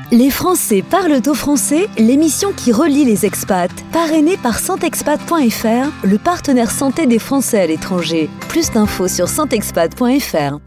Les Français parlent au français, l'émission qui relie les expats. Parrainée par Santexpat.fr, le partenaire santé des Français à l'étranger. Plus d'infos sur santexpat.fr.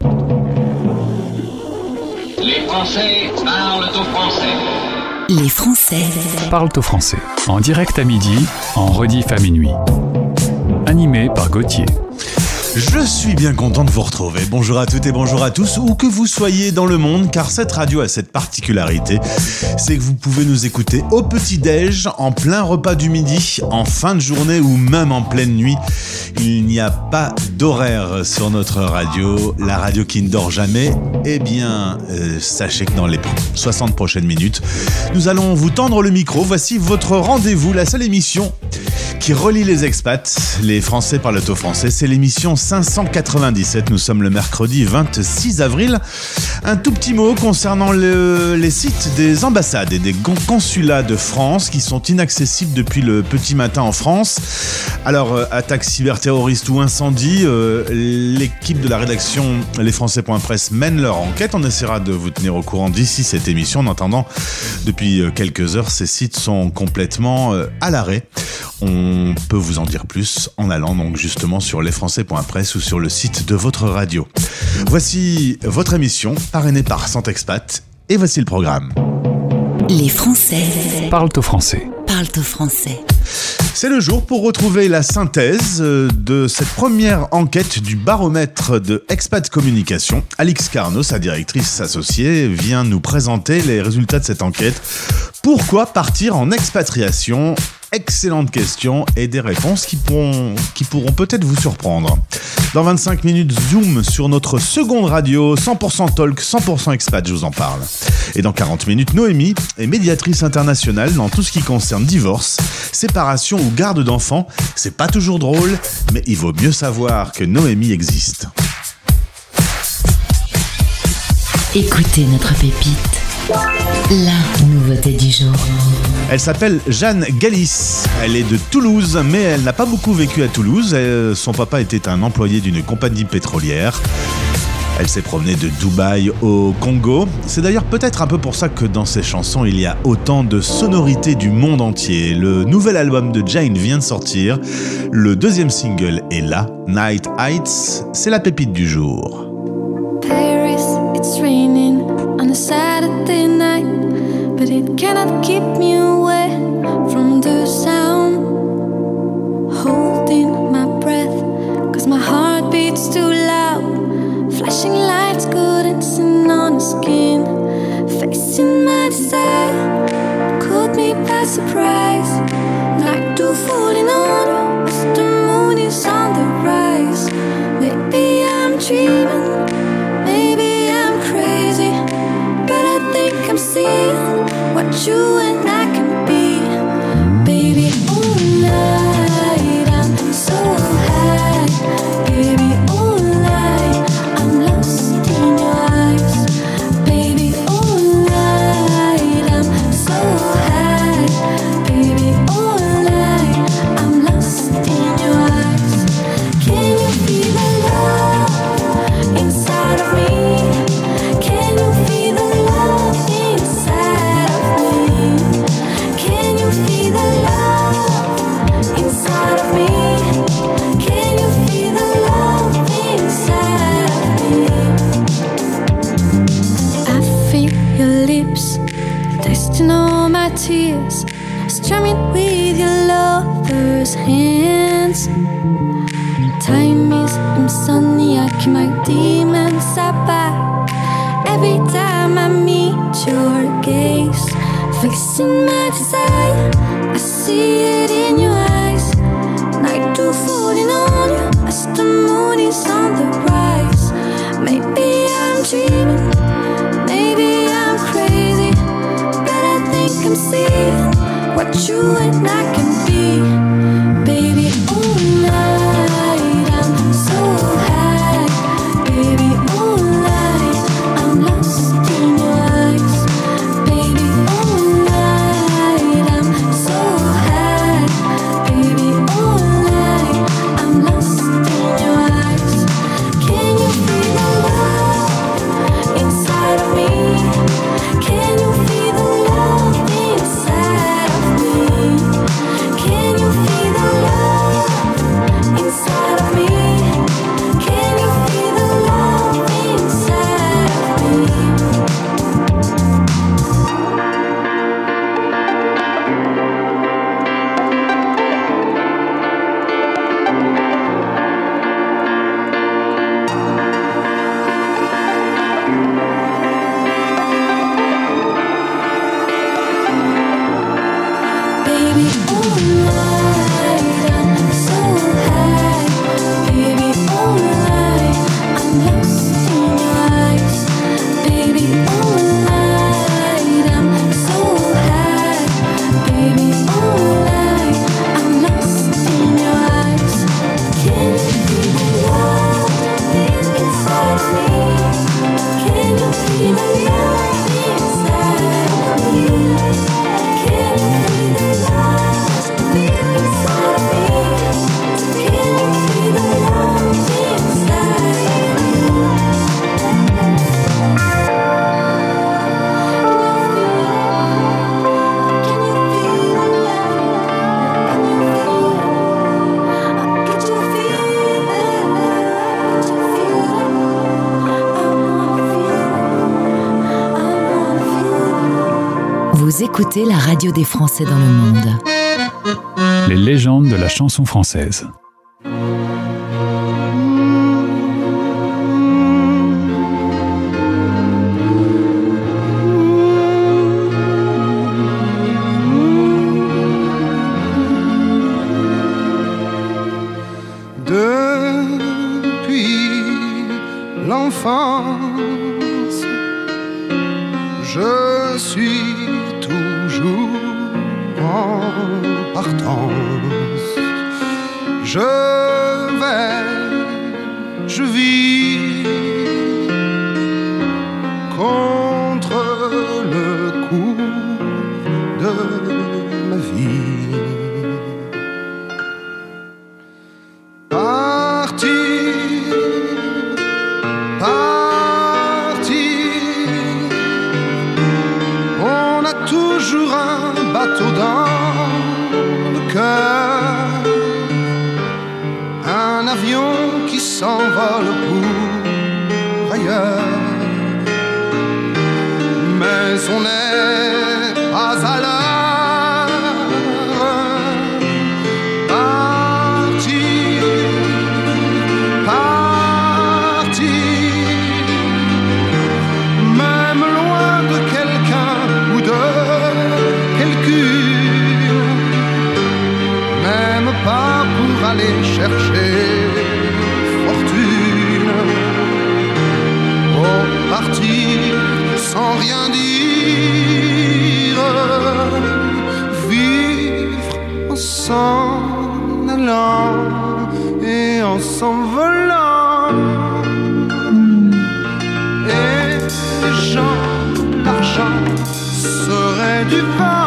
Les Français parlent au français. Les Français parlent au français. En direct à midi, en rediff à minuit. Animé par Gauthier. Je suis bien content de vous retrouver. Bonjour à toutes et bonjour à tous, où que vous soyez dans le monde, car cette radio a cette particularité, c'est que vous pouvez nous écouter au petit-déj, en plein repas du midi, en fin de journée ou même en pleine nuit. Il n'y a pas d'horaire sur notre radio, la radio qui ne dort jamais. Eh bien, sachez que dans les 60 prochaines minutes, nous allons vous tendre le micro. Voici votre rendez-vous, la seule émission qui relie les expats. Les Français parlent au français, c'est l'émission 597. Nous sommes le mercredi 26 avril. Un tout petit mot concernant les sites des ambassades et des consulats de France qui sont inaccessibles depuis le petit matin en France. Alors, attaque cyberterroriste ou incendie, l'équipe de la rédaction lesfrançais.press mène leur enquête. On essaiera de vous tenir au courant d'ici cette émission. En attendant, depuis quelques heures, ces sites sont complètement à l'arrêt. On peut vous en dire plus en allant donc justement sur lesfrançais.press ou sur le site de votre radio. Voici votre émission parrainée par Santexpat et voici le programme. Les Français parlent au français. Parlent au français. C'est le jour pour retrouver la synthèse de cette première enquête du baromètre de Expat Communication. Alix Carnot, sa directrice associée, vient nous présenter les résultats de cette enquête. Pourquoi partir en expatriation ? Excellente question et des réponses qui pourront peut-être vous surprendre. Dans 25 minutes, zoom sur notre seconde radio, 100% talk, 100% expat, je vous en parle. Et dans 40 minutes, Noémie est médiatrice internationale dans tout ce qui concerne divorce, séparation ou garde d'enfants. C'est pas toujours drôle, mais il vaut mieux savoir que Noémie existe. Écoutez notre pépite. La nouveauté du jour. Elle s'appelle Jeanne Gallis. Elle est de Toulouse, mais elle n'a pas beaucoup vécu à Toulouse. Son papa était un employé d'une compagnie pétrolière. Elle s'est promenée de Dubaï au Congo. C'est d'ailleurs peut-être un peu pour ça que dans ses chansons, il y a autant de sonorités du monde entier. Le nouvel album de Jane vient de sortir. Le deuxième single est là, Night Heights. C'est la pépite du jour. Paris, it's raining on a Saturday night, but it cannot keep me away from the sound. Holding my breath, cause my heart beats too loud. Flashing lights condensing on the skin. Facing my desire, caught me by surprise. Night to falling on as the moon is on the rise. Maybe I'm dreaming, maybe I'm crazy, but I think I'm seeing what you and I can be. Baby, all night I'm so high. Baby, all night I'm lost in your eyes. Baby, all night I'm so high. Baby, all night I'm lost in your eyes. Can you feel the love inside of me? Can you feel the love inside of me? Can you feel the love inside of me? Can you feel the love inside of me? I feel your lips tasting all my tears, strumming with your lover's hands. Time is insomniac, my demons are back. Every time I meet your gaze, facing my desire, I see it in your eyes. Night to falling on you as the moon is on the rise. Maybe I'm dreaming, maybe I'm crazy, but I think I'm seeing what you and I can be. Baby, all night I'm so high. Baby, all night I'm lost in your eyes. Baby, all night I'm so high. Baby, all night I'm lost in your eyes. Can you feel the love inside of me? Can you feel the Vous écoutez la radio des Français dans le monde. Les légendes de la chanson française. Depuis l'enfance, je suis toujours en partance. Je vis contre le cours de ma vie. On a toujours un bateau dans le cœur, un avion qui s'envole pour ailleurs. Mais on n'est pas à l'heure. Pas pour aller chercher fortune, oh, partir sans rien dire, vivre en s'en allant et en s'envolant. Et les gens, l'argent serait du vent.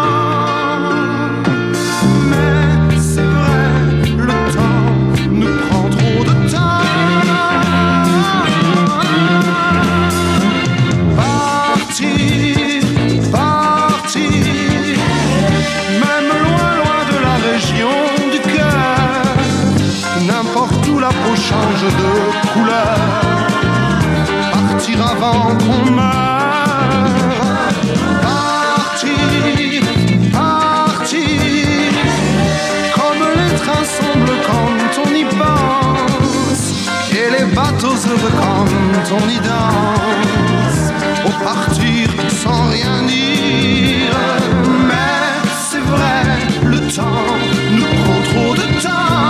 Change de couleur, partir avant qu'on meure. Partir, partir, comme les trains semblent quand on y pense, et les bateaux heureux quand on y danse. Au partir sans rien dire, mais c'est vrai, le temps nous prend trop de temps.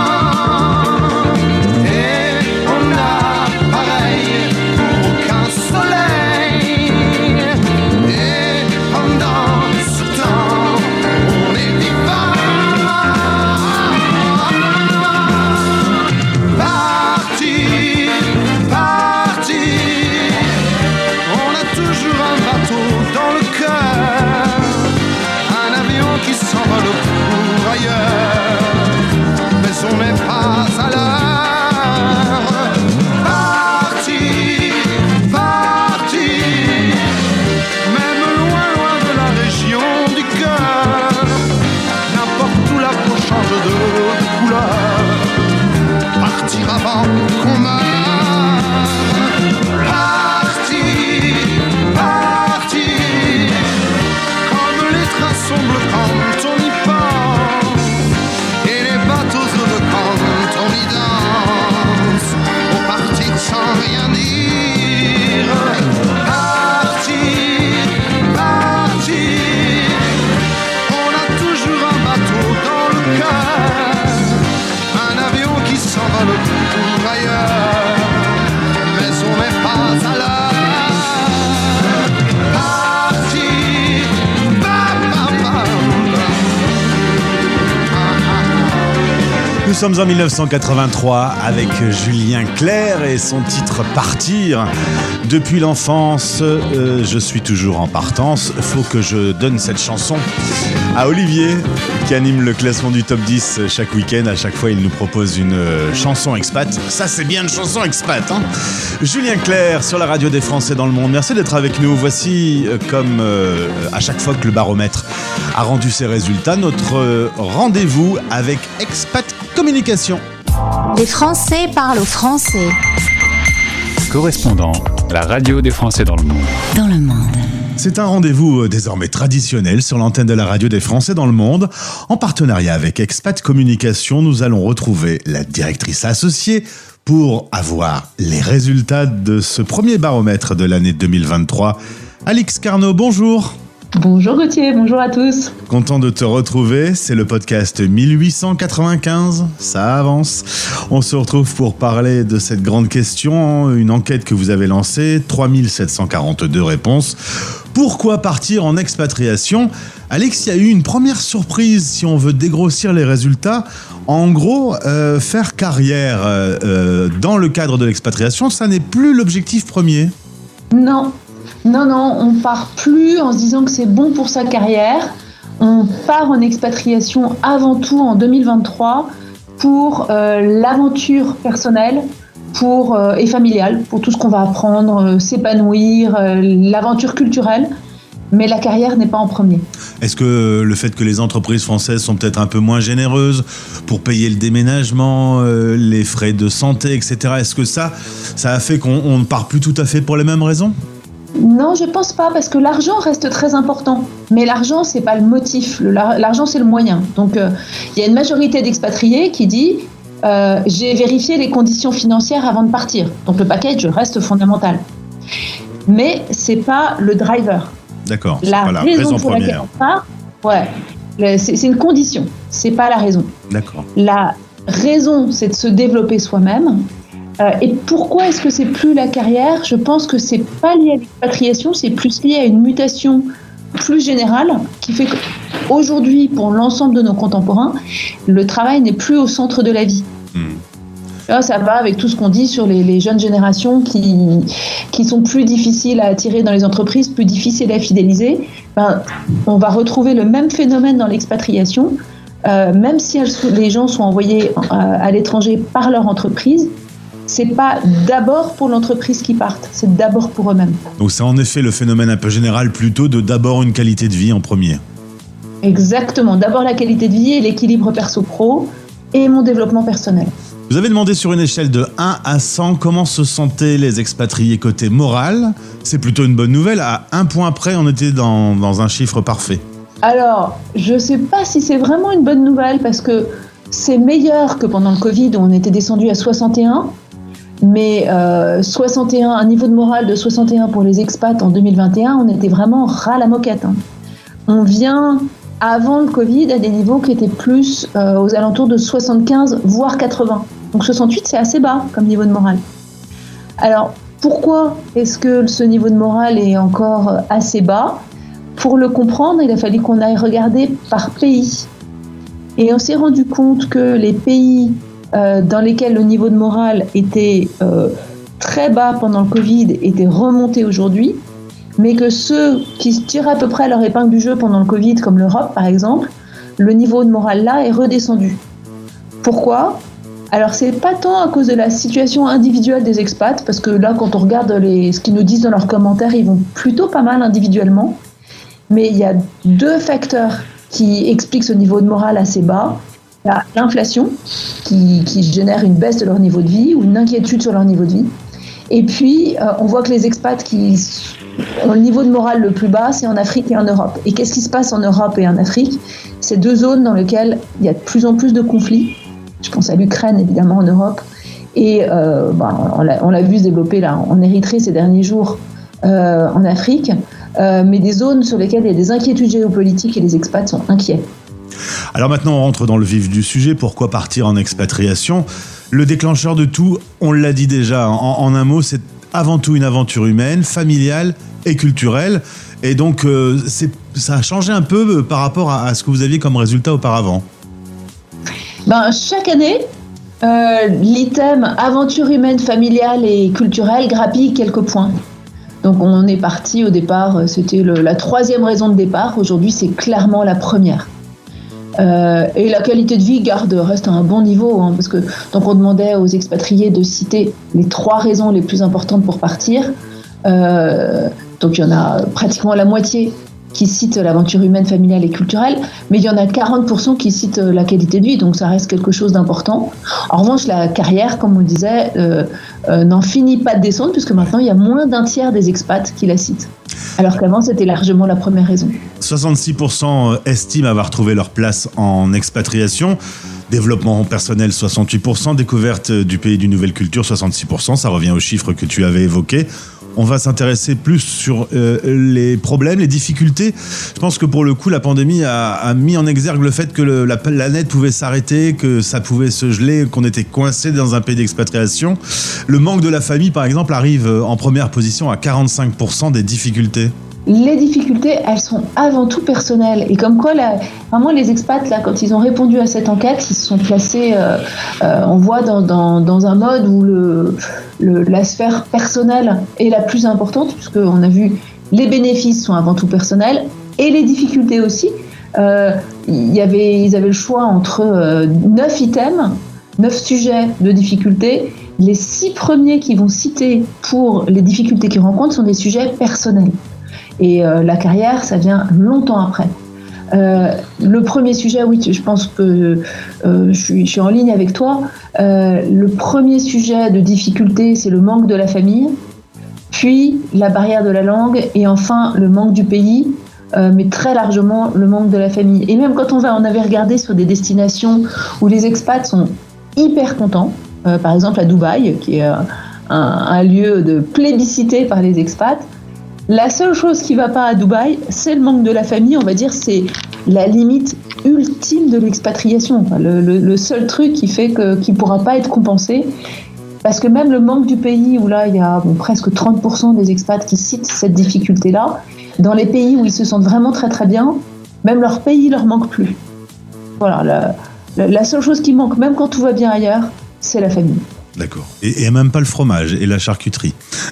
Mais on n'est pas à l'heure. Partir, partir, même loin, loin de la région du cœur. N'importe où la peau change de couleur. Partir avant qu'on meure. Partir, partir, comme les trains sombres quand on y pense. Quand on y danse, au partir sans rien dire. Partir, partir, on a toujours un bateau dans le cœur, un avion qui s'envole pour ailleurs, mais on n'est pas à l'heure. Partir, Nous sommes en 1983 avec Julien Clerc et son titre Partir. Depuis l'enfance, je suis toujours en partance. Faut que je donne cette chanson à Olivier qui anime le classement du top 10 chaque week-end. À chaque fois, il nous propose une chanson expat. Ça, c'est bien une chanson expat, hein. Julien Clerc sur la radio des Français dans le monde. Merci d'être avec nous. Voici, comme à chaque fois que le baromètre a rendu ses résultats, notre rendez-vous avec Expat Communication. Les Français parlent aux Français. Correspondant, la radio des Français dans le monde. Dans le monde. C'est un rendez-vous désormais traditionnel sur l'antenne de la radio des Français dans le monde. En partenariat avec Expat Communication, nous allons retrouver la directrice associée pour avoir les résultats de ce premier baromètre de l'année 2023. Alix Carnot, bonjour. Bonjour Gauthier, bonjour à tous. Content de te retrouver, c'est le podcast 1895, ça avance. On se retrouve pour parler de cette grande question, une enquête que vous avez lancée, 3742 réponses. Pourquoi partir en expatriation ? Alex, il y a eu une première surprise si on veut dégrossir les résultats. En gros, faire carrière dans le cadre de l'expatriation, ça n'est plus l'objectif premier. Non, on part plus en se disant que c'est bon pour sa carrière. On part en expatriation avant tout en 2023 pour l'aventure personnelle et familiale, pour tout ce qu'on va apprendre, s'épanouir, l'aventure culturelle. Mais la carrière n'est pas en premier. Est-ce que le fait que les entreprises françaises sont peut-être un peu moins généreuses pour payer le déménagement, les frais de santé, etc., est-ce que ça a fait qu'on ne part plus tout à fait pour les mêmes raisons ? Non, je pense pas, parce que l'argent reste très important. Mais l'argent, c'est pas le motif. L'argent, c'est le moyen. Donc, il y a une majorité d'expatriés qui dit j'ai vérifié les conditions financières avant de partir. Donc, le package reste fondamental. Mais c'est pas le driver. D'accord, c'est pas la raison pour première. On part, c'est une condition, c'est pas la raison. D'accord. La raison, c'est de se développer soi-même. Et pourquoi est-ce que c'est plus la carrière ? Je pense que c'est pas lié à l'expatriation, c'est plus lié à une mutation plus générale qui fait qu'aujourd'hui, pour l'ensemble de nos contemporains, le travail n'est plus au centre de la vie. Là, ça va avec tout ce qu'on dit sur les jeunes générations qui sont plus difficiles à attirer dans les entreprises, plus difficiles à fidéliser. On va retrouver le même phénomène dans l'expatriation, même si les gens sont envoyés à l'étranger par leur entreprise. C'est pas d'abord pour l'entreprise qu'ils partent, c'est d'abord pour eux-mêmes. Donc c'est en effet le phénomène un peu général plutôt de d'abord une qualité de vie en premier. Exactement, d'abord la qualité de vie et l'équilibre perso-pro et mon développement personnel. Vous avez demandé sur une échelle de 1 à 100 comment se sentaient les expatriés côté moral. C'est plutôt une bonne nouvelle. À un point près, on était dans un chiffre parfait. Alors, je ne sais pas si c'est vraiment une bonne nouvelle parce que c'est meilleur que pendant le Covid où on était descendu à 61. Mais 61, un niveau de morale de 61 pour les expats en 2021, on était vraiment ras la moquette. On vient avant le Covid à des niveaux qui étaient plus aux alentours de 75, voire 80. Donc 68, c'est assez bas comme niveau de morale. Alors, pourquoi est-ce que ce niveau de morale est encore assez bas ? Pour le comprendre, il a fallu qu'on aille regarder par pays. Et on s'est rendu compte que les pays dans lesquels le niveau de morale était très bas pendant le Covid étaient remontés aujourd'hui, mais que ceux qui se tirent à peu près leur épingle du jeu pendant le Covid, comme l'Europe par exemple, le niveau de morale là est redescendu. Pourquoi ? Alors c'est pas tant à cause de la situation individuelle des expats, parce que là quand on regarde ce qu'ils nous disent dans leurs commentaires, ils vont plutôt pas mal individuellement, mais il y a deux facteurs qui expliquent ce niveau de morale assez bas. Il y a l'inflation qui génère une baisse de leur niveau de vie ou une inquiétude sur leur niveau de vie. Et puis, on voit que les expats qui ont le niveau de morale le plus bas, c'est en Afrique et en Europe. Et qu'est-ce qui se passe en Europe et en Afrique ? C'est deux zones dans lesquelles il y a de plus en plus de conflits. Je pense à l'Ukraine, évidemment, en Europe. Et on l'a vu se développer là, en Érythrée ces derniers jours, en Afrique. Mais des zones sur lesquelles il y a des inquiétudes géopolitiques et les expats sont inquiets. Alors maintenant, on rentre dans le vif du sujet. Pourquoi partir en expatriation ? Le déclencheur de tout, on l'a dit déjà, en un mot, c'est avant tout une aventure humaine, familiale et culturelle. Et donc, ça a changé un peu par rapport à ce que vous aviez comme résultat auparavant. Chaque année, l'item aventure humaine, familiale et culturelle grappille quelques points. Donc on est parti au départ, c'était la troisième raison de départ. Aujourd'hui, c'est clairement la première. Et la qualité de vie reste à un bon niveau, parce que donc on demandait aux expatriés de citer les 3 raisons les plus importantes pour partir. Donc il y en a pratiquement la moitié qui citent l'aventure humaine, familiale et culturelle, mais il y en a 40% qui citent la qualité de vie, donc ça reste quelque chose d'important. En revanche, la carrière, comme on le disait, n'en finit pas de descendre, puisque maintenant il y a moins d'un tiers des expats qui la citent. Alors qu'avant, c'était largement la première raison. 66% estiment avoir trouvé leur place en expatriation. Développement personnel, 68%. Découverte du pays d'une nouvelle culture, 66%. Ça revient aux chiffres que tu avais évoqués. On va s'intéresser plus sur les problèmes, les difficultés. Je pense que pour le coup, la pandémie a mis en exergue le fait que la planète pouvait s'arrêter, que ça pouvait se geler, qu'on était coincé dans un pays d'expatriation. Le manque de la famille, par exemple, arrive en première position à 45% des difficultés. Les difficultés, elles sont avant tout personnelles. Et comme quoi, vraiment, les expats, là, quand ils ont répondu à cette enquête, ils se sont placés, on voit, dans un mode où la sphère personnelle est la plus importante, puisqu'on a vu les bénéfices sont avant tout personnels, et les difficultés aussi. Ils avaient le choix entre 9 items, 9 sujets de difficultés. Les 6 premiers qu'ils vont citer pour les difficultés qu'ils rencontrent sont des sujets personnels. Et la carrière, ça vient longtemps après. Le premier sujet, oui, je pense que je suis en ligne avec toi. Le premier sujet de difficulté, c'est le manque de la famille, puis la barrière de la langue, et enfin le manque du pays, mais très largement le manque de la famille. Et même quand on avait regardé sur des destinations où les expats sont hyper contents, par exemple à Dubaï, qui est un lieu de plébiscité par les expats, la seule chose qui ne va pas à Dubaï, c'est le manque de la famille. On va dire c'est la limite ultime de l'expatriation. Enfin, le seul truc qui fait qu'il ne pourra pas être compensé. Parce que même le manque du pays, où là, il y a presque 30% des expats qui citent cette difficulté-là, dans les pays où ils se sentent vraiment très très bien, même leur pays ne leur manque plus. Voilà, la seule chose qui manque, même quand tout va bien ailleurs, c'est la famille. D'accord. Et même pas le fromage et la charcuterie.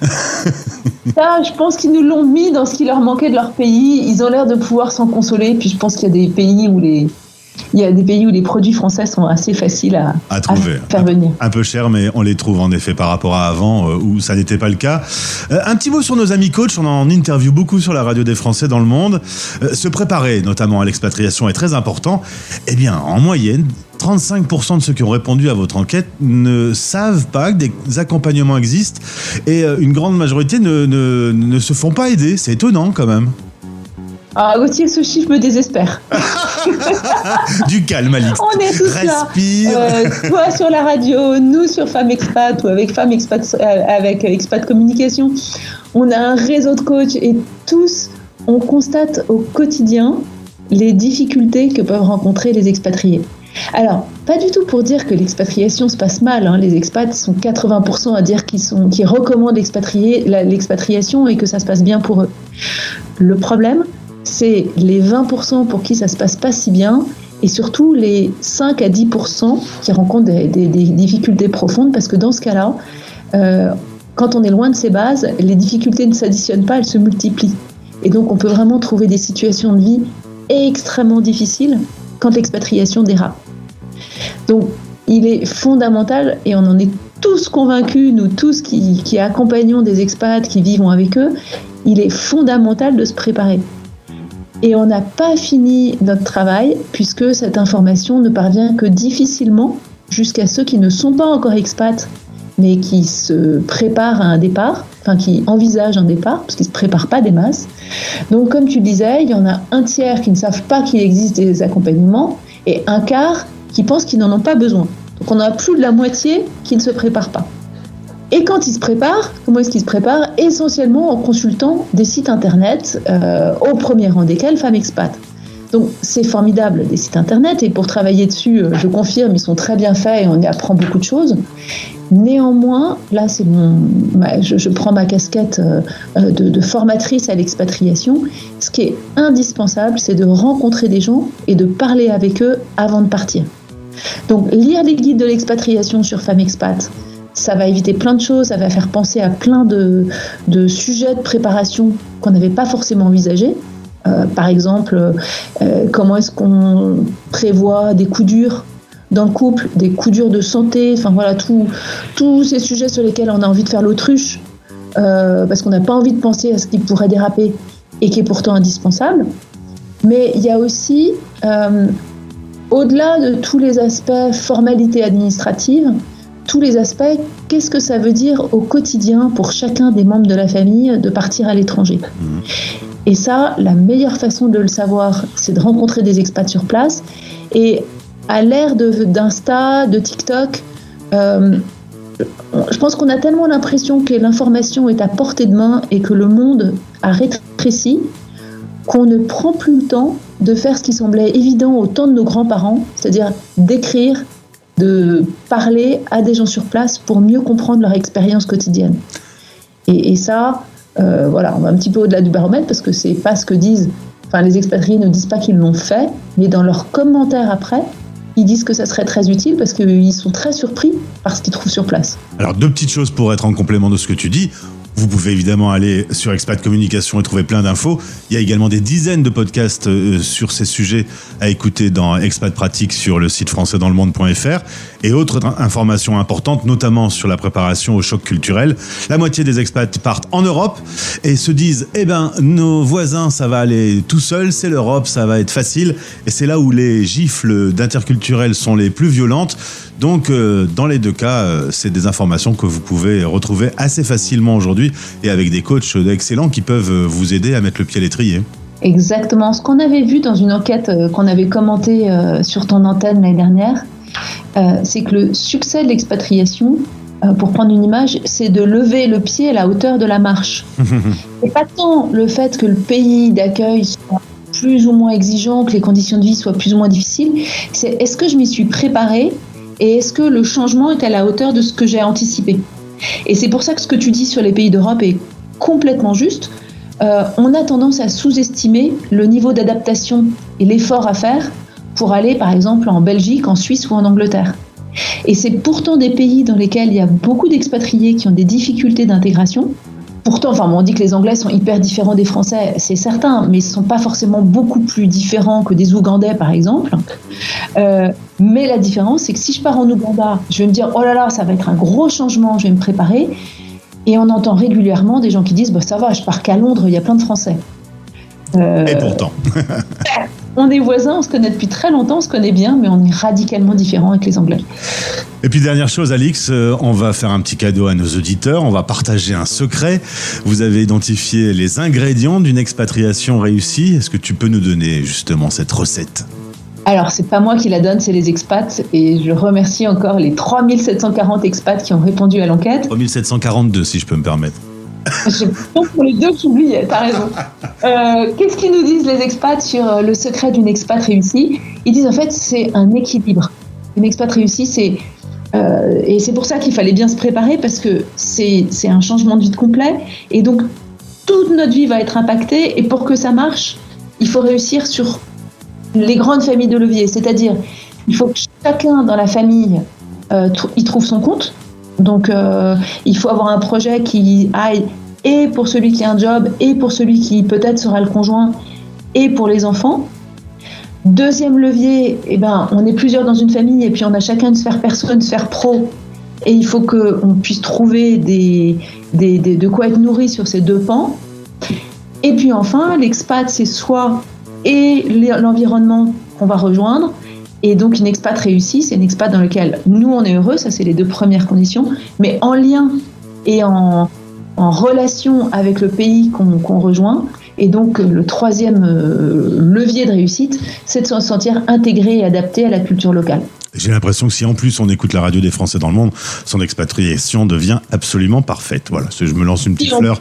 Ça, je pense qu'ils nous l'ont mis dans ce qui leur manquait de leur pays. Ils ont l'air de pouvoir s'en consoler. Puis je pense qu'il y a des pays où les produits français sont assez faciles à trouver, à faire venir. Un peu cher, mais on les trouve en effet par rapport à avant, où ça n'était pas le cas. Un petit mot sur nos amis coachs. On en interview beaucoup sur la radio des Français dans le monde. Se préparer, notamment à l'expatriation, est très important. Eh bien, en moyenne, 35% de ceux qui ont répondu à votre enquête ne savent pas que des accompagnements existent, et une grande majorité ne se font pas aider. C'est étonnant quand même. Ah, Gauthier, ce chiffre me désespère. Du calme, Alix. On est tous Respire. Là. Toi sur la radio, nous sur Femmes Expat ou avec Femmes Expat, avec Expat Communication. On a un réseau de coachs et tous, on constate au quotidien les difficultés que peuvent rencontrer les expatriés. Alors, pas du tout pour dire que l'expatriation se passe mal. Hein. Les expats sont 80% à dire qu'ils recommandent l'expatriation et que ça se passe bien pour eux. Le problème, c'est les 20% pour qui ça se passe pas si bien, et surtout les 5 à 10% qui rencontrent des difficultés profondes, parce que dans ce cas-là, quand on est loin de ses bases, les difficultés ne s'additionnent pas, elles se multiplient. Et donc on peut vraiment trouver des situations de vie extrêmement difficiles quand l'expatriation dérape. Donc il est fondamental, et on en est tous convaincus, nous tous qui accompagnons des expats, qui vivons avec eux, il est fondamental de se préparer. Et on n'a pas fini notre travail, puisque cette information ne parvient que difficilement jusqu'à ceux qui ne sont pas encore expats, mais qui se préparent à un départ, enfin qui envisagent un départ, parce qu'ils ne se préparent pas des masses. Donc comme tu disais, il y en a un tiers qui ne savent pas qu'il existe des accompagnements, et un quart qui pensent qu'ils n'en ont pas besoin. Donc on a plus de la moitié qui ne se préparent pas. Et quand ils se préparent, comment est-ce qu'ils se préparent ? Essentiellement en consultant des sites internet, au premier rang desquels Femmes Expat. Donc c'est formidable, des sites internet, et pour travailler dessus, je confirme, ils sont très bien faits et on y apprend beaucoup de choses. Néanmoins, là je prends ma casquette de formatrice à l'expatriation. Ce qui est indispensable, c'est de rencontrer des gens et de parler avec eux avant de partir. Donc lire les guides de l'expatriation sur Femmes Expat, ça va éviter plein de choses, ça va faire penser à plein de sujets de préparation qu'on n'avait pas forcément envisagés. Par exemple, comment est-ce qu'on prévoit des coups durs dans le couple, des coups durs de santé, enfin voilà, tous ces sujets sur lesquels on a envie de faire l'autruche, parce qu'on n'a pas envie de penser à ce qui pourrait déraper et qui est pourtant indispensable. Mais il y a aussi, au-delà de tous les aspects formalités administratives, tous les aspects, qu'est-ce que ça veut dire au quotidien pour chacun des membres de la famille de partir à l'étranger. Et ça, la meilleure façon de le savoir, c'est de rencontrer des expats sur place. Et à l'ère d'Insta, de TikTok, je pense qu'on a tellement l'impression que l'information est à portée de main et que le monde a rétréci qu'on ne prend plus le temps de faire ce qui semblait évident au temps de nos grands-parents, c'est-à-dire d'écrire, de parler à des gens sur place pour mieux comprendre leur expérience quotidienne. Et ça, voilà, on va un petit peu au-delà du baromètre parce que c'est pas ce que disent, enfin les expatriés ne disent pas qu'ils l'ont fait, mais dans leurs commentaires après, ils disent que ça serait très utile parce qu'ils sont très surpris par ce qu'ils trouvent sur place. Alors, 2 petites choses pour être en complément de ce que tu dis. Vous pouvez évidemment aller sur Expat Communication et trouver plein d'infos. Il y a également des dizaines de podcasts sur ces sujets à écouter dans Expat Pratique sur le site françaisdanslemonde.fr. Et autres informations importantes, notamment sur la préparation au choc culturel. La moitié des expats partent en Europe et se disent « nos voisins, ça va aller tout seul, c'est l'Europe, ça va être facile ». Et c'est là où les gifles d'interculturel sont les plus violentes. Donc, dans les 2 cas, c'est des informations que vous pouvez retrouver assez facilement aujourd'hui et avec des coachs excellents qui peuvent vous aider à mettre le pied à l'étrier. Exactement. Ce qu'on avait vu dans une enquête qu'on avait commentée sur ton antenne l'année dernière, c'est que le succès de l'expatriation, pour prendre une image, c'est de lever le pied à la hauteur de la marche. Et pas tant le fait que le pays d'accueil soit plus ou moins exigeant, que les conditions de vie soient plus ou moins difficiles, c'est est-ce que je m'y suis préparée et est-ce que le changement est à la hauteur de ce que j'ai anticipé. Et c'est pour ça que ce que tu dis sur les pays d'Europe est complètement juste. On a tendance à sous-estimer le niveau d'adaptation et l'effort à faire pour aller, par exemple, en Belgique, en Suisse ou en Angleterre. Et c'est pourtant des pays dans lesquels il y a beaucoup d'expatriés qui ont des difficultés d'intégration. Pourtant, on dit que les Anglais sont hyper différents des Français, c'est certain, mais ils ne sont pas forcément beaucoup plus différents que des Ougandais, par exemple. Mais la différence, c'est que si je pars en Ouganda, je vais me dire « Oh là là, ça va être un gros changement, je vais me préparer ». Et on entend régulièrement des gens qui disent « Ça va, je pars qu'à Londres, il y a plein de Français ». Et pourtant. On est voisins, on se connaît depuis très longtemps, on se connaît bien, mais on est radicalement différents avec les Anglais. Et puis dernière chose, Alix, on va faire un petit cadeau à nos auditeurs, on va partager un secret. Vous avez identifié les ingrédients d'une expatriation réussie. Est-ce que tu peux nous donner justement cette recette ? Alors, c'est pas moi qui la donne, c'est les expats. Et je remercie encore les 3740 expats qui ont répondu à l'enquête. 3742, si je peux me permettre. Je pense pour les 2 que j'oubliais, t'as raison. Qu'est-ce qu'ils nous disent les expats sur le secret d'une expat réussie ? Ils disent en fait c'est un équilibre. Une expat réussie, c'est et c'est pour ça qu'il fallait bien se préparer parce que c'est un changement de vie complet et donc toute notre vie va être impactée et pour que ça marche, il faut réussir sur les grandes familles de levier, c'est-à-dire il faut que chacun dans la famille y trouve son compte. Donc, il faut avoir un projet qui aille et pour celui qui a un job, et pour celui qui peut-être sera le conjoint, et pour les enfants. Deuxième levier, on est plusieurs dans une famille, et puis on a chacun une sphère perso, une sphère pro, et il faut qu'on puisse trouver de quoi être nourri sur ces 2 pans. Et puis enfin, l'expat, c'est soit l'environnement qu'on va rejoindre, et donc une expat réussie, c'est une expat dans laquelle nous on est heureux, ça c'est les 2 premières conditions, mais en lien et en relation avec le pays qu'on rejoint. Et donc le 3e levier de réussite, c'est de se sentir intégré et adapté à la culture locale. J'ai l'impression que si en plus on écoute la radio des Français dans le monde, son expatriation devient absolument parfaite. Voilà, je me lance une petite fleur.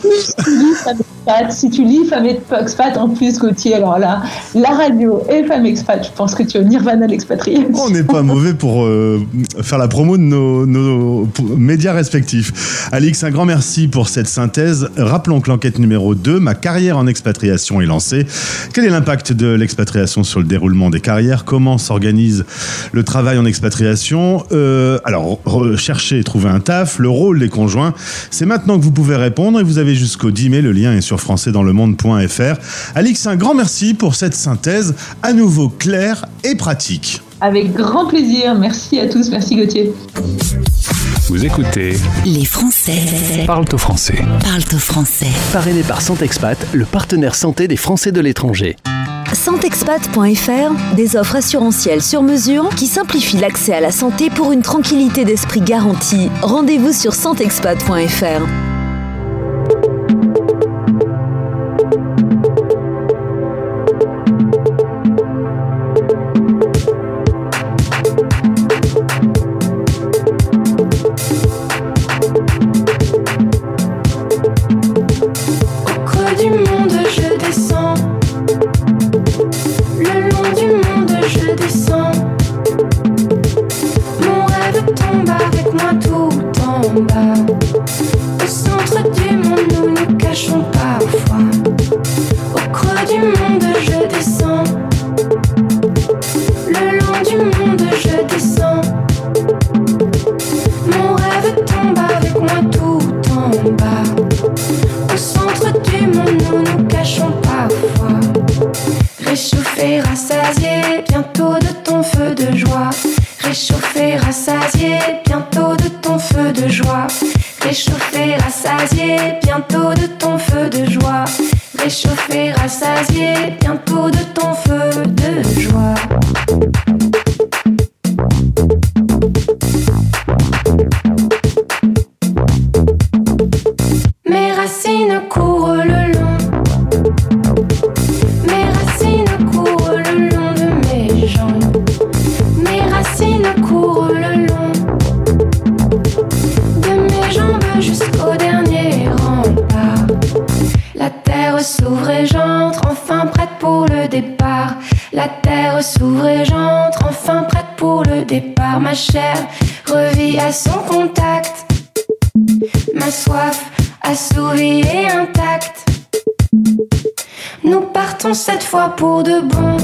Si tu lis Femme Expat en plus, Gauthier, alors là, la radio et Femme Expat, je pense que tu es au nirvana de l'expatriation. On n'est pas mauvais pour faire la promo de nos médias respectifs. Alix, un grand merci pour cette synthèse. Rappelons que l'enquête numéro 2, ma carrière en expatriation, est lancée. Quel est l'impact de l'expatriation sur le déroulement des carrières ? Comment s'organise le travail en expatriation ? Alors, chercher et trouver un taf, le rôle des conjoints. C'est maintenant que vous pouvez répondre et vous avez jusqu'au 10 mai. Le lien est sur françaisdanslemonde.fr. Alix, un grand merci pour cette synthèse à nouveau claire et pratique. Avec grand plaisir. Merci à tous. Merci Gauthier. Vous écoutez Les Français Parle au français. Parle au français. Parrainé par Santexpat, le partenaire santé des Français de l'étranger. Santexpat.fr, des offres assurantielles sur mesure qui simplifient l'accès à la santé pour une tranquillité d'esprit garantie. Rendez-vous sur Santexpat.fr. Cette fois pour de bon,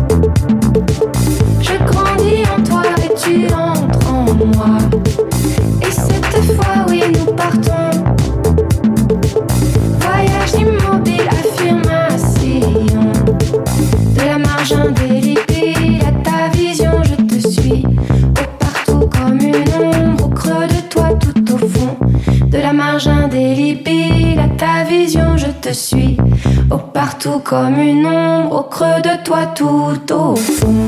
je grandis en toi et tu entres en moi. Et cette fois, oui, nous partons. Voyage immobile, affirmation. De la marge indélébile à ta vision, je te suis. Au partout comme une ombre, au creux de toi tout au fond. De la marge indélébile à ta vision, je te suis. Au partout comme une ombre, au creux de toi tout au fond.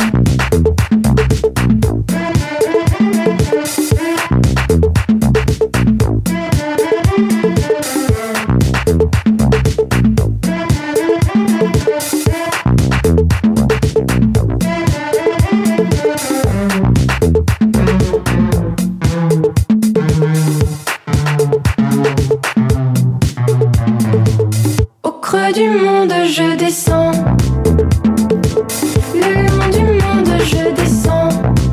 Du monde je descends, le long du monde je descends.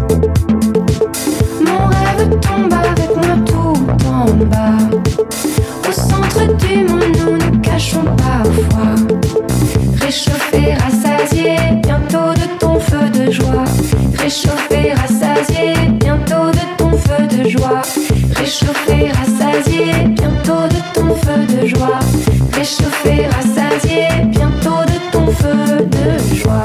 Mon rêve tombe avec moi tout en bas. Au centre du monde nous nous cachons parfois. Réchauffer, rassasier, bientôt de ton feu de joie. Réchauffer, rassasier, bientôt de ton feu de joie. Réchauffer, rassasier, bientôt de ton feu de joie. Réchauffer, rassasier, bientôt de ton feu de joie.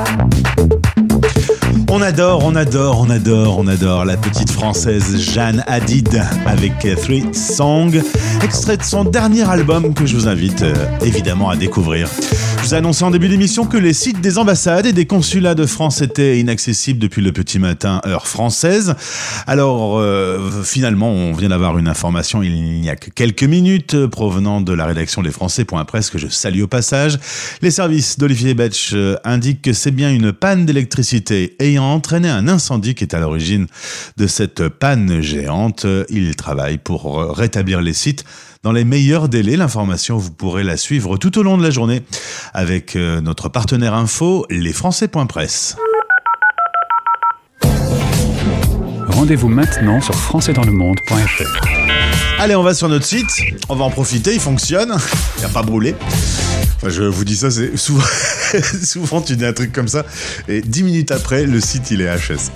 On adore la petite française Jeanne Hadid avec Three Songs, extrait de son dernier album que je vous invite évidemment à découvrir. Je vous ai annoncé en début d'émission que les sites des ambassades et des consulats de France étaient inaccessibles depuis le petit matin, heure française. Alors finalement, on vient d'avoir une information il n'y a que quelques minutes provenant de la rédaction lesfrançais.press que je salue au passage. Les services d'Olivier Betch indiquent que c'est bien une panne d'électricité ayant entraîné un incendie qui est à l'origine de cette panne géante. Il travaille pour rétablir les sites dans les meilleurs délais. L'information, vous pourrez la suivre tout au long de la journée avec notre partenaire info, lesfrançais.press. Rendez-vous maintenant sur françaisdanslemonde.fr. Allez, on va sur notre site, on va en profiter, il fonctionne, il n'a pas brûlé. Enfin, je vous dis ça, c'est souvent, souvent tu dis un truc comme ça, et 10 minutes après, le site il est HS.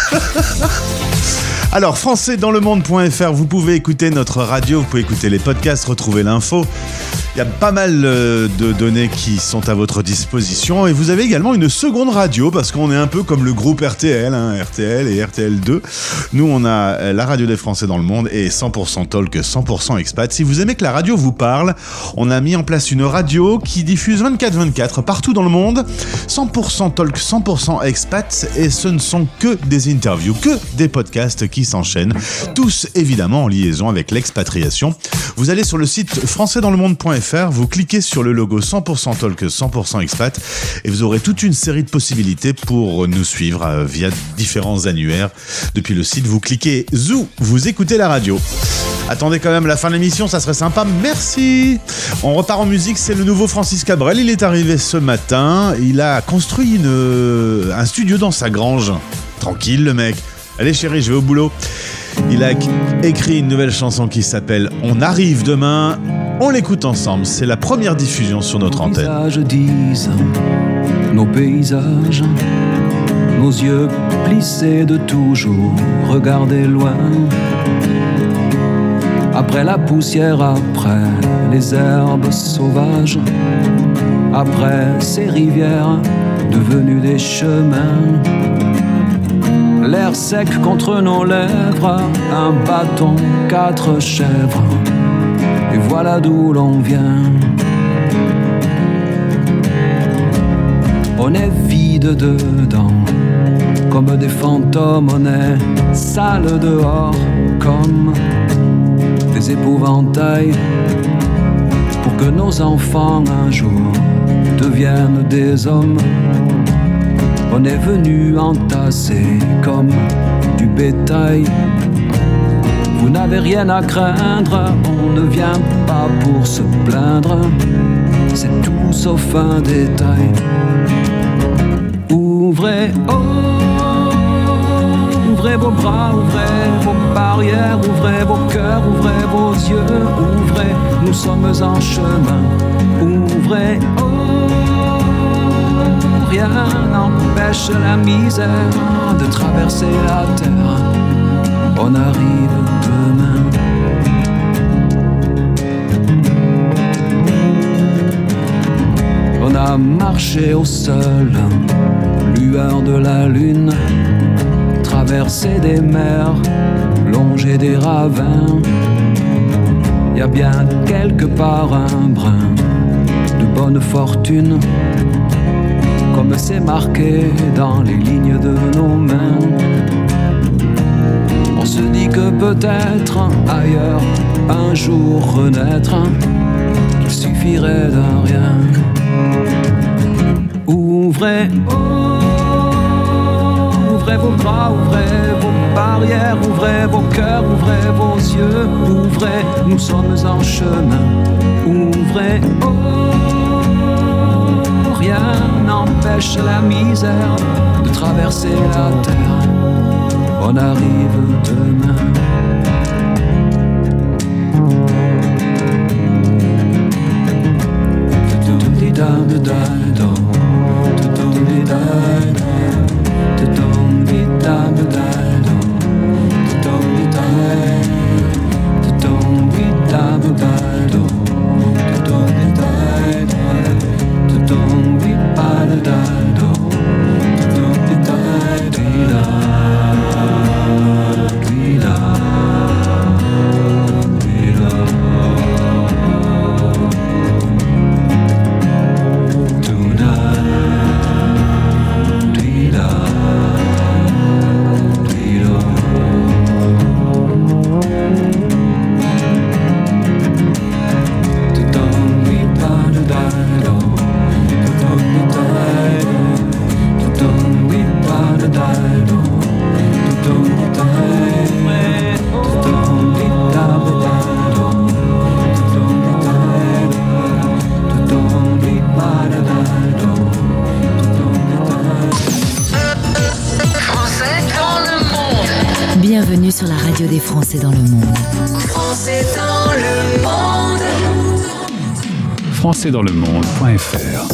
Alors, françaisdanslemonde.fr, vous pouvez écouter notre radio, vous pouvez écouter les podcasts, retrouver l'info. Il y a pas mal de données qui sont à votre disposition et vous avez également une seconde radio parce qu'on est un peu comme le groupe RTL, RTL et RTL2. Nous, on a la radio des Français dans le monde et 100% Talk, 100% Expat. Si vous aimez que la radio vous parle, on a mis en place une radio qui diffuse 24/24 partout dans le monde, 100% Talk, 100% Expat, et ce ne sont que des interviews, que des podcasts qui s'enchaînent, tous évidemment en liaison avec l'expatriation. Vous allez sur le site françaisdanslemonde.fr, vous cliquez sur le logo 100% Talk, 100% Expat, et vous aurez toute une série de possibilités pour nous suivre via différents annuaires. Depuis le site, vous cliquez Zou, vous écoutez la radio. Attendez quand même la fin de l'émission, ça serait sympa, merci. On repart en musique, c'est le nouveau Francis Cabrel, il est arrivé ce matin, il a construit un studio dans sa grange. Tranquille le mec, allez chérie, je vais au boulot. Il a écrit une nouvelle chanson qui s'appelle On arrive demain, on l'écoute ensemble, c'est la première diffusion sur notre antenne. Nos paysages, nos yeux plissés de toujours regarder loin. Après la poussière, après les herbes sauvages, après ces rivières devenues des chemins. L'air sec contre nos lèvres, un bâton, 4 chèvres, et voilà d'où l'on vient. On est vide dedans, comme des fantômes, on est sale dehors, comme des épouvantails, pour que nos enfants un jour deviennent des hommes. On est venu entasser comme du bétail. Vous n'avez rien à craindre, on ne vient pas pour se plaindre, c'est tout sauf un détail. Ouvrez, ouvrez vos bras, ouvrez vos barrières, ouvrez vos cœurs, ouvrez vos yeux, ouvrez, nous sommes en chemin. Ouvrez, rien n'empêche la misère de traverser la terre. On arrive demain. On a marché au sol, lueur de la lune, traversé des mers, longé des ravins. Y a bien quelque part un brin de bonne fortune, comme c'est marqué dans les lignes de nos mains. On se dit que peut-être ailleurs, un jour renaître, qu'il suffirait d'un rien. Ouvrez, ouvrez vos bras, ouvrez vos barrières, ouvrez vos cœurs, ouvrez vos yeux, ouvrez, nous sommes en chemin. Ouvrez, rien n'empêche la misère de traverser la terre. On arrive demain. Bienvenue sur la radio des Français dans le monde. Français dans le monde. françaisdanslemonde.fr.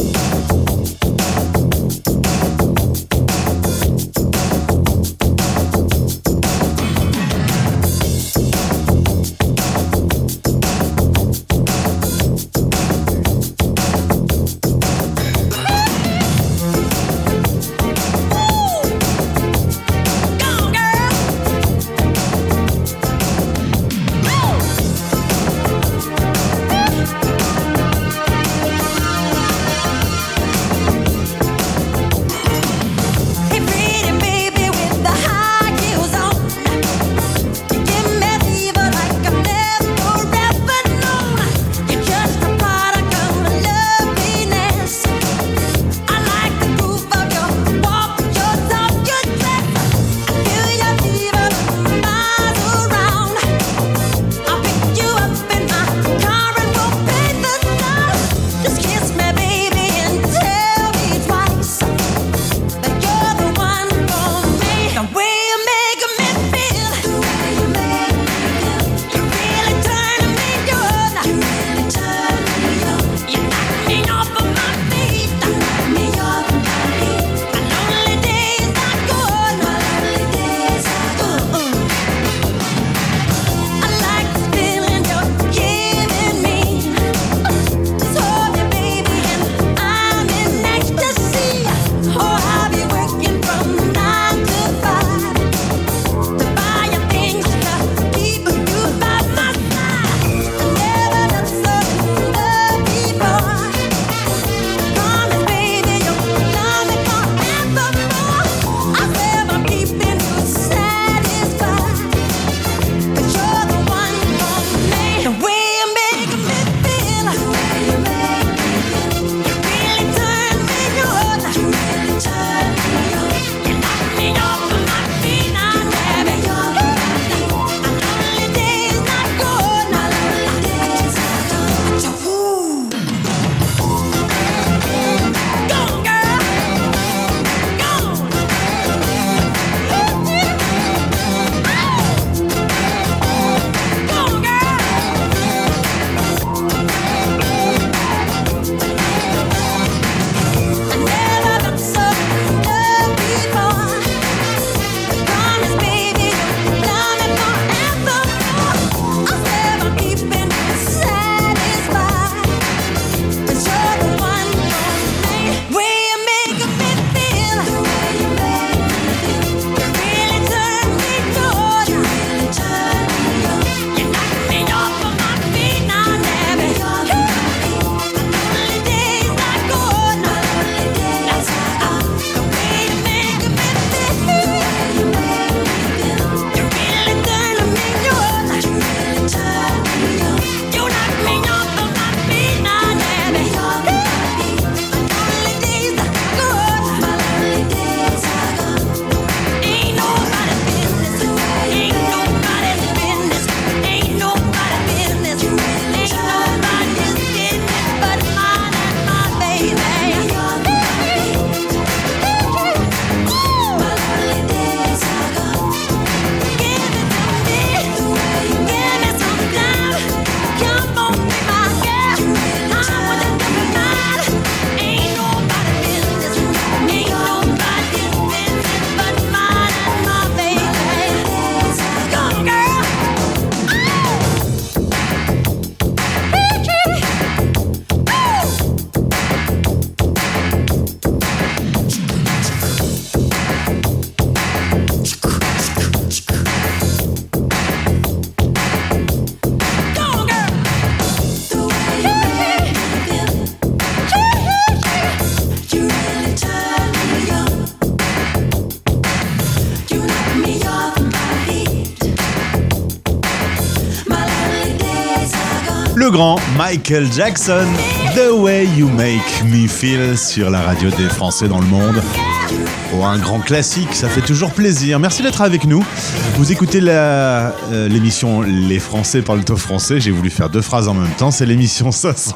Le grand Michael Jackson, The Way You Make Me Feel sur la radio des Français dans le monde. Oh, un grand classique, ça fait toujours plaisir. Merci d'être avec nous. Vous écoutez l'émission Les Français parlent au français. J'ai voulu faire deux phrases en même temps. C'est l'émission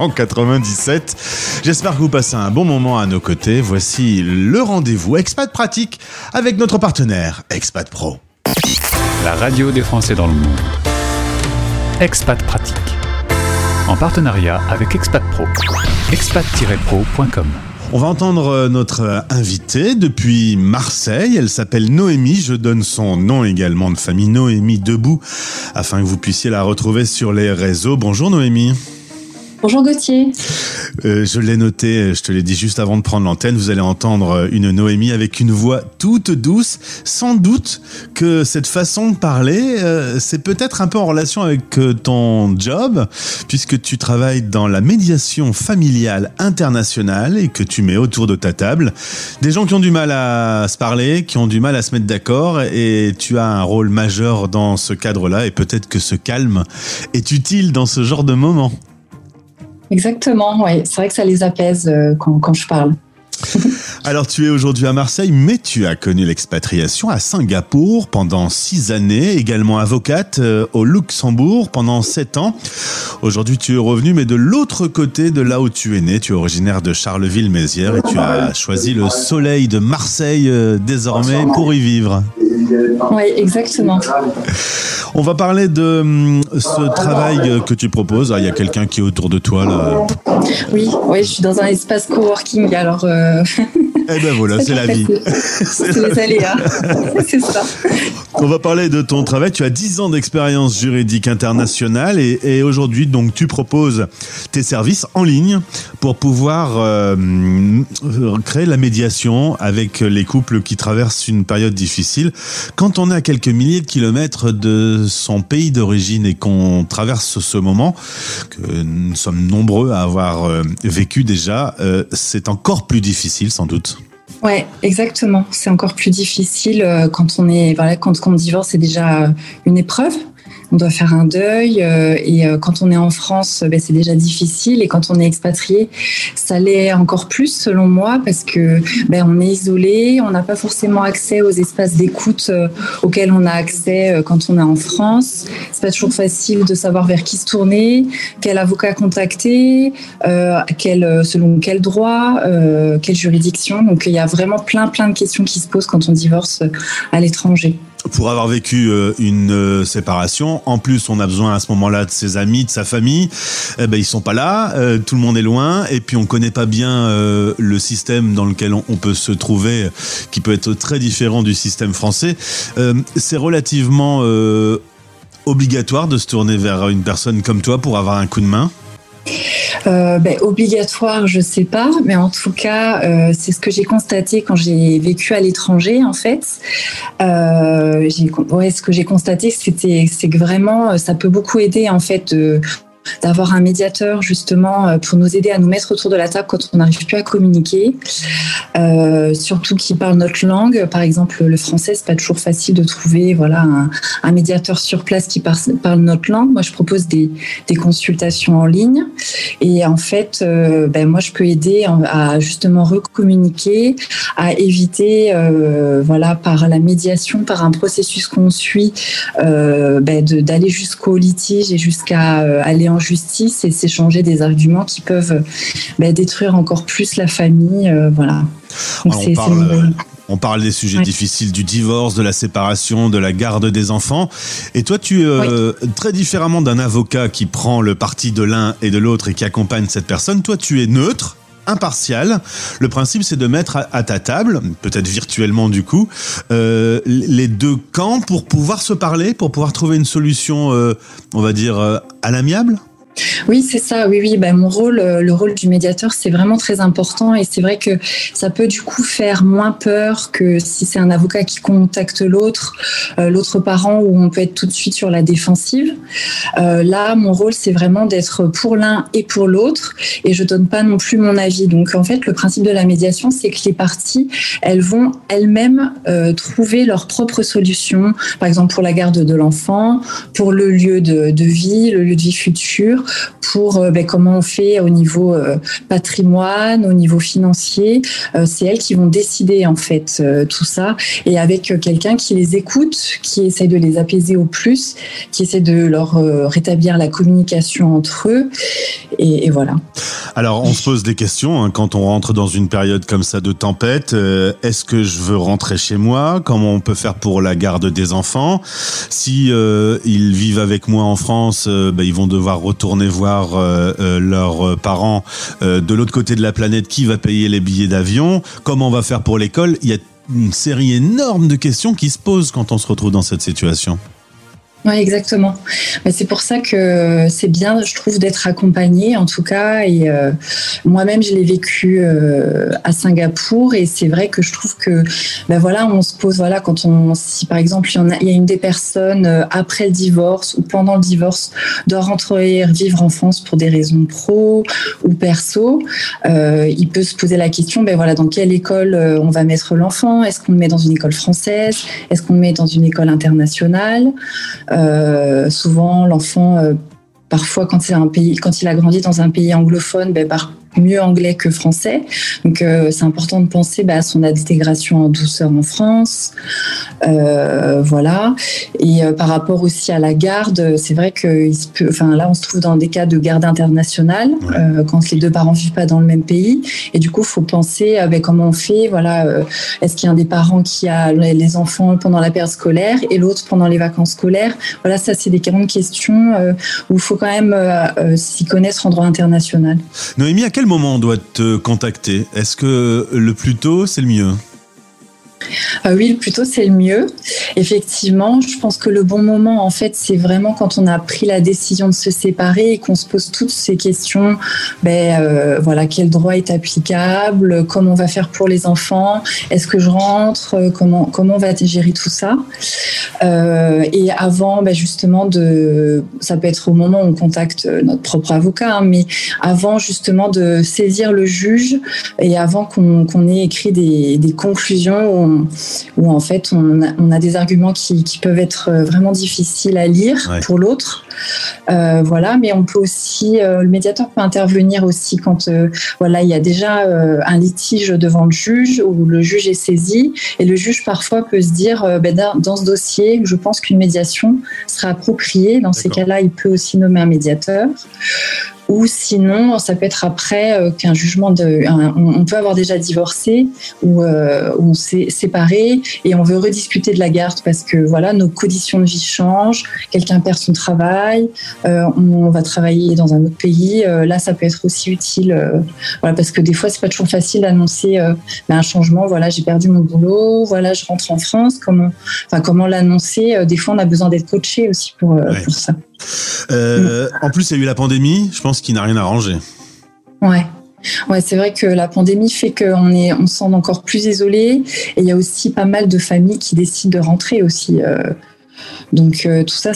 597. J'espère que vous passez un bon moment à nos côtés. Voici le rendez-vous Expat Pratique avec notre partenaire Expat Pro. La radio des Français dans le monde. Expat Pratique. En partenariat avec Expat Pro. expat-pro.com. On va entendre notre invitée depuis Marseille. Elle s'appelle Noémie. Je donne son nom également de famille, Noémie Debout, afin que vous puissiez la retrouver sur les réseaux. Bonjour Noémie. Bonjour Gauthier. Je l'ai noté, je te l'ai dit juste avant de prendre l'antenne, vous allez entendre une Noémie avec une voix toute douce. Sans doute que cette façon de parler, c'est peut-être un peu en relation avec ton job, puisque tu travailles dans la médiation familiale internationale et que tu mets autour de ta table des gens qui ont du mal à se parler, qui ont du mal à se mettre d'accord, et tu as un rôle majeur dans ce cadre-là, et peut-être que ce calme est utile dans ce genre de moment. Exactement, oui. C'est vrai que ça les apaise quand je parle. Alors, tu es aujourd'hui à Marseille, mais tu as connu l'expatriation à Singapour pendant 6 années, également avocate au Luxembourg pendant 7 ans. Aujourd'hui, tu es revenu, mais de l'autre côté de là où tu es né. Tu es originaire de Charleville-Mézières et tu as choisi le soleil de Marseille désormais pour y vivre. Oui, exactement. On va parler de ce travail que tu proposes. Ah, il y a quelqu'un qui est autour de toi là. Oui, je suis dans un espace coworking, alors... Eh ben voilà, c'est la vie. C'est les aléas, c'est ça. On va parler de ton travail. Tu as 10 ans d'expérience juridique internationale et aujourd'hui, donc, tu proposes tes services en ligne pour pouvoir créer la médiation avec les couples qui traversent une période difficile. Quand on est à quelques milliers de kilomètres de son pays d'origine et qu'on traverse ce moment, que nous sommes nombreux à avoir vécu déjà, c'est encore plus difficile sans doute. Ouais, exactement. C'est encore plus difficile quand on divorce, c'est déjà une épreuve. On doit faire un deuil et quand on est en France, c'est déjà difficile, et quand on est expatrié, ça l'est encore plus selon moi, parce que on est isolé, on n'a pas forcément accès aux espaces d'écoute auxquels on a accès quand on est en France. C'est pas toujours facile de savoir vers qui se tourner, quel avocat contacter, selon quel droit, quelle juridiction. Donc il y a vraiment plein de questions qui se posent quand on divorce à l'étranger. Pour avoir vécu une séparation, en plus on a besoin à ce moment-là de ses amis, de sa famille, ils sont pas là, tout le monde est loin, et puis on connaît pas bien le système dans lequel on peut se trouver, qui peut être très différent du système français. C'est relativement obligatoire de se tourner vers une personne comme toi pour avoir un coup de main. Obligatoire, je sais pas, mais en tout cas, c'est ce que j'ai constaté quand j'ai vécu à l'étranger, en fait. Ce que j'ai constaté, c'est que vraiment, ça peut beaucoup aider, en fait, d'avoir un médiateur justement pour nous aider à nous mettre autour de la table quand on n'arrive plus à communiquer, surtout qui parle notre langue. Par exemple, le français, c'est pas toujours facile de trouver un médiateur sur place qui parle notre langue. Moi, je propose des consultations en ligne, et en fait, moi, je peux aider à justement recommuniquer, à éviter, par la médiation, par un processus qu'on suit, d'aller jusqu'au litige et jusqu'à aller en justice et s'échanger des arguments qui peuvent détruire encore plus la famille. Donc, on parle des sujets difficiles, du divorce, de la séparation, de la garde des enfants. Et toi, tu très différemment d'un avocat qui prend le parti de l'un et de l'autre et qui accompagne cette personne, toi, tu es neutre, impartial. Le principe, c'est de mettre à ta table, peut-être virtuellement du coup, les deux camps pour pouvoir se parler, pour pouvoir trouver une solution, on va dire, à l'amiable. Oui, c'est ça. Oui. Mon rôle, le rôle du médiateur, c'est vraiment très important, et c'est vrai que ça peut du coup faire moins peur que si c'est un avocat qui contacte l'autre parent, où on peut être tout de suite sur la défensive. Là, mon rôle, c'est vraiment d'être pour l'un et pour l'autre, et je donne pas non plus mon avis. Donc, en fait, le principe de la médiation, c'est que les parties, elles vont elles-mêmes trouver leur propre solution. Par exemple, pour la garde de l'enfant, pour le lieu de vie, le lieu de vie futur. pour comment on fait au niveau patrimoine, au niveau financier. C'est elles qui vont décider en fait tout ça, et avec quelqu'un qui les écoute, qui essaye de les apaiser au plus, qui essaie de leur rétablir la communication entre eux, et voilà. Alors on se pose des questions hein, quand on rentre dans une période comme ça de tempête. Est-ce que je veux rentrer chez moi? Comment on peut faire pour la garde des enfants? Si ils vivent avec moi en France, ils vont devoir retourner voir leurs parents de l'autre côté de la planète. Qui va payer les billets d'avion? Comment on va faire pour l'école? Il y a une série énorme de questions qui se posent quand on se retrouve dans cette situation. Oui, exactement. Mais c'est pour ça que c'est bien, je trouve, d'être accompagnée, en tout cas. Et moi-même, je l'ai vécu à Singapour. Et c'est vrai que je trouve que, on se pose, si par exemple, il y a une des personnes après le divorce ou pendant le divorce doit rentrer vivre en France pour des raisons pro ou perso, il peut se poser la question, dans quelle école on va mettre l'enfant? Est-ce qu'on le met dans une école française? Est-ce qu'on le met dans une école internationale? Souvent, l'enfant, parfois, quand il a grandi dans un pays anglophone, parle mieux anglais que français. Donc, c'est important de penser à son intégration en douceur en France. Voilà. Et par rapport aussi à la garde, c'est vrai que là, on se trouve dans des cas de garde internationale, quand les deux parents ne vivent pas dans le même pays. Et du coup, il faut penser comment on fait. Est-ce qu'il y a un des parents qui a les enfants pendant la période scolaire et l'autre pendant les vacances scolaires? Voilà, ça, c'est des grandes questions où il faut quand même s'y connaître en droit international. Noémie, à quel moment on doit te contacter? Est-ce que le plus tôt, c'est le mieux? Oui, le plus tôt, c'est le mieux. Effectivement, je pense que le bon moment, en fait, c'est vraiment quand on a pris la décision de se séparer et qu'on se pose toutes ces questions. Quel droit est applicable? Comment on va faire pour les enfants? Est-ce que je rentre? Comment on va gérer tout ça? Et avant, justement, ça peut être au moment où on contacte notre propre avocat, mais avant, justement, de saisir le juge et avant qu'on ait écrit des conclusions où en fait on a des arguments qui peuvent être vraiment difficiles à lire pour l'autre. Mais on peut aussi, le médiateur peut intervenir aussi quand il y a déjà un litige devant le juge où le juge est saisi, et le juge parfois peut se dire dans ce dossier, je pense qu'une médiation sera appropriée. Dans ces cas-là, il peut aussi nommer un médiateur. Ou sinon, ça peut être après qu'un jugement on peut avoir déjà divorcé ou on s'est séparé et on veut rediscuter de la garde parce que nos conditions de vie changent, quelqu'un perd son travail, on va travailler dans un autre pays. Là, ça peut être aussi utile, parce que des fois, c'est pas toujours facile d'annoncer un changement. J'ai perdu mon boulot, je rentre en France. Comment l'annoncer? Des fois, on a besoin d'être coaché aussi pour ça. En plus, il y a eu la pandémie, je pense qu'il n'a rien arrangé. Ouais, c'est vrai que la pandémie fait qu'on se sent encore plus isolé, et il y a aussi pas mal de familles qui décident de rentrer aussi. Donc tout ça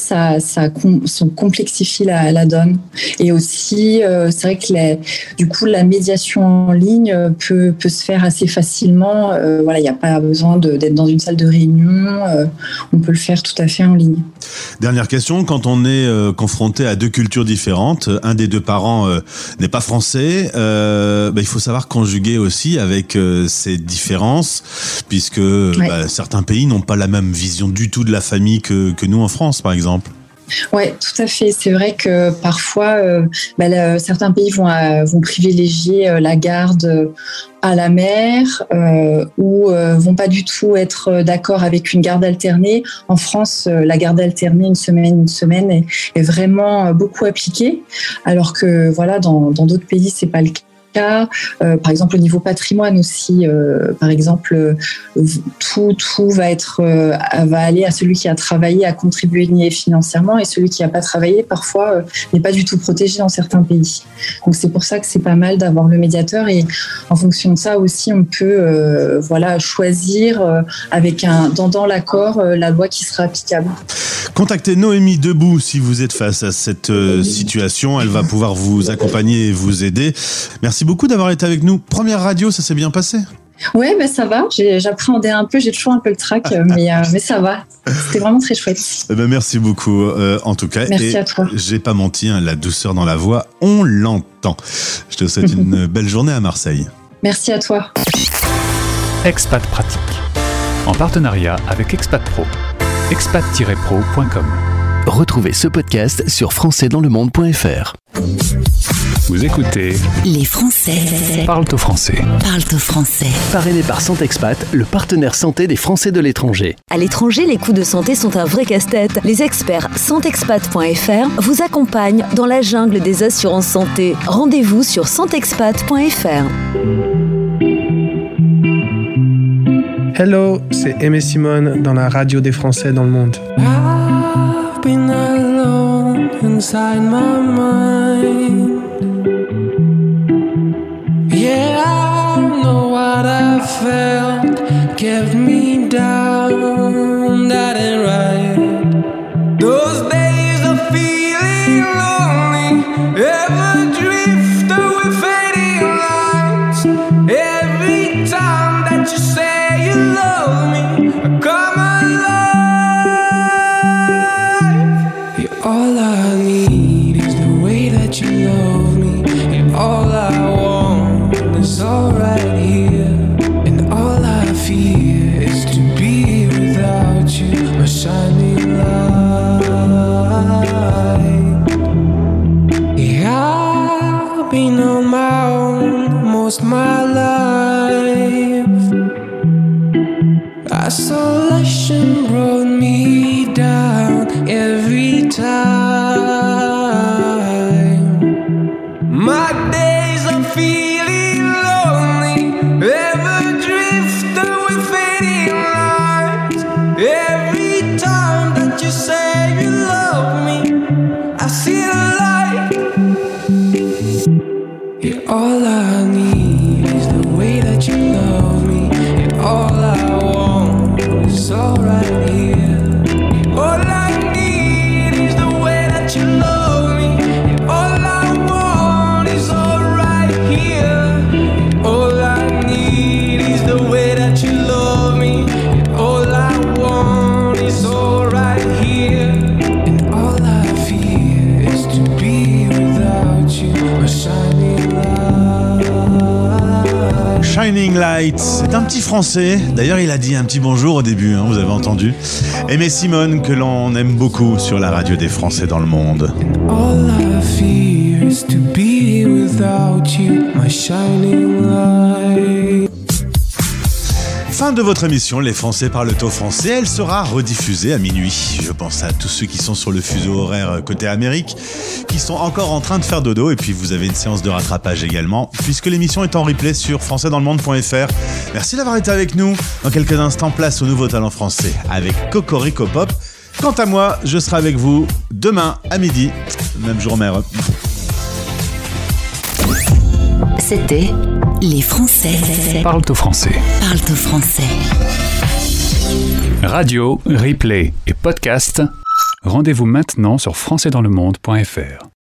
complexifie la donne. Et aussi, c'est vrai que la médiation en ligne peut se faire assez facilement. Il n'y a pas besoin d'être dans une salle de réunion. On peut le faire tout à fait en ligne. Dernière question, quand on est confronté à deux cultures différentes, un des deux parents n'est pas français, il faut savoir conjuguer aussi avec ces différences, puisque certains pays n'ont pas la même vision du tout de la famille que nous en France, par exemple. Oui, tout à fait. C'est vrai que parfois, certains pays vont privilégier la garde à la mère ou vont pas du tout être d'accord avec une garde alternée. En France, la garde alternée une semaine est vraiment beaucoup appliquée, alors que dans d'autres pays, c'est pas le cas. Par exemple, au niveau patrimoine aussi, par exemple, tout va aller à celui qui a travaillé, à contribuer financièrement, et celui qui n'a pas travaillé, parfois, n'est pas du tout protégé dans certains pays. Donc, c'est pour ça que c'est pas mal d'avoir le médiateur, et en fonction de ça aussi, on peut choisir avec dans l'accord la loi qui sera applicable. Contactez Noémie Debout si vous êtes face à cette situation. Elle va pouvoir vous accompagner et vous aider. Merci beaucoup d'avoir été avec nous. Première radio, ça s'est bien passé? Ouais, ça va. J'appréhendais un peu, j'ai toujours un peu le trac, mais ça va. C'était vraiment très chouette. Merci beaucoup, en tout cas. Merci à toi. J'ai pas menti, la douceur dans la voix, on l'entend. Je te souhaite une belle journée à Marseille. Merci à toi. Expat Pratique, en partenariat avec Expat Pro. expat-pro.com. Retrouvez ce podcast sur françaisdanslemonde.fr. Vous écoutez Les Français Parle au français. parlent au français. Parrainé par Santexpat, le partenaire santé des Français de l'étranger. À l'étranger, les coûts de santé sont un vrai casse-tête. Les experts santexpat.fr vous accompagnent dans la jungle des assurances santé. Rendez-vous sur santexpat.fr. Hello, c'est Aimé Simone dans la radio des Français dans le monde. I've been alone inside my mind. Yeah, I know what I felt kept me down. That ain't right. Those days of feeling lonely, ever drift away fading lines. Every time that you say you love me, I come alive. All I need is the way that you love me, and all I want is all right here, and all I fear is to be without you, my shining light. Yeah, I've been on my own most my life. Isolation brought me down every time. My days of feeling lonely, ever drift away fading lines. Every time that you say you love me, I see the light. Yeah, all I need is the way that you love me, and all I want is all right here. All I need is the way that you love me, and all I want is all right here. All I need is the way that you love me, and all I want is all right here. And all I fear is to be without you, my shining light. Shining Light, c'est un petit Français. D'ailleurs, il a dit un petit bonjour au début, vous avez entendu. Aimé Simone, que l'on aime beaucoup sur la radio des Français dans le monde. All I fear is to be without you, my shining light. Fin de votre émission, Les Français parlent au français. Elle sera rediffusée à minuit. Je pense à tous ceux qui sont sur le fuseau horaire côté Amérique, qui sont encore en train de faire dodo. Et puis vous avez une séance de rattrapage également, puisque l'émission est en replay sur françaisdanslemonde.fr. Merci d'avoir été avec nous. Dans quelques instants, place au nouveau talent français avec Cocorico Pop. Quant à moi, je serai avec vous demain à midi, même jour mère. C'était Les Français Parle au français. parlent au français. Radio, replay et podcast. Rendez-vous maintenant sur françaisdanslemonde.fr.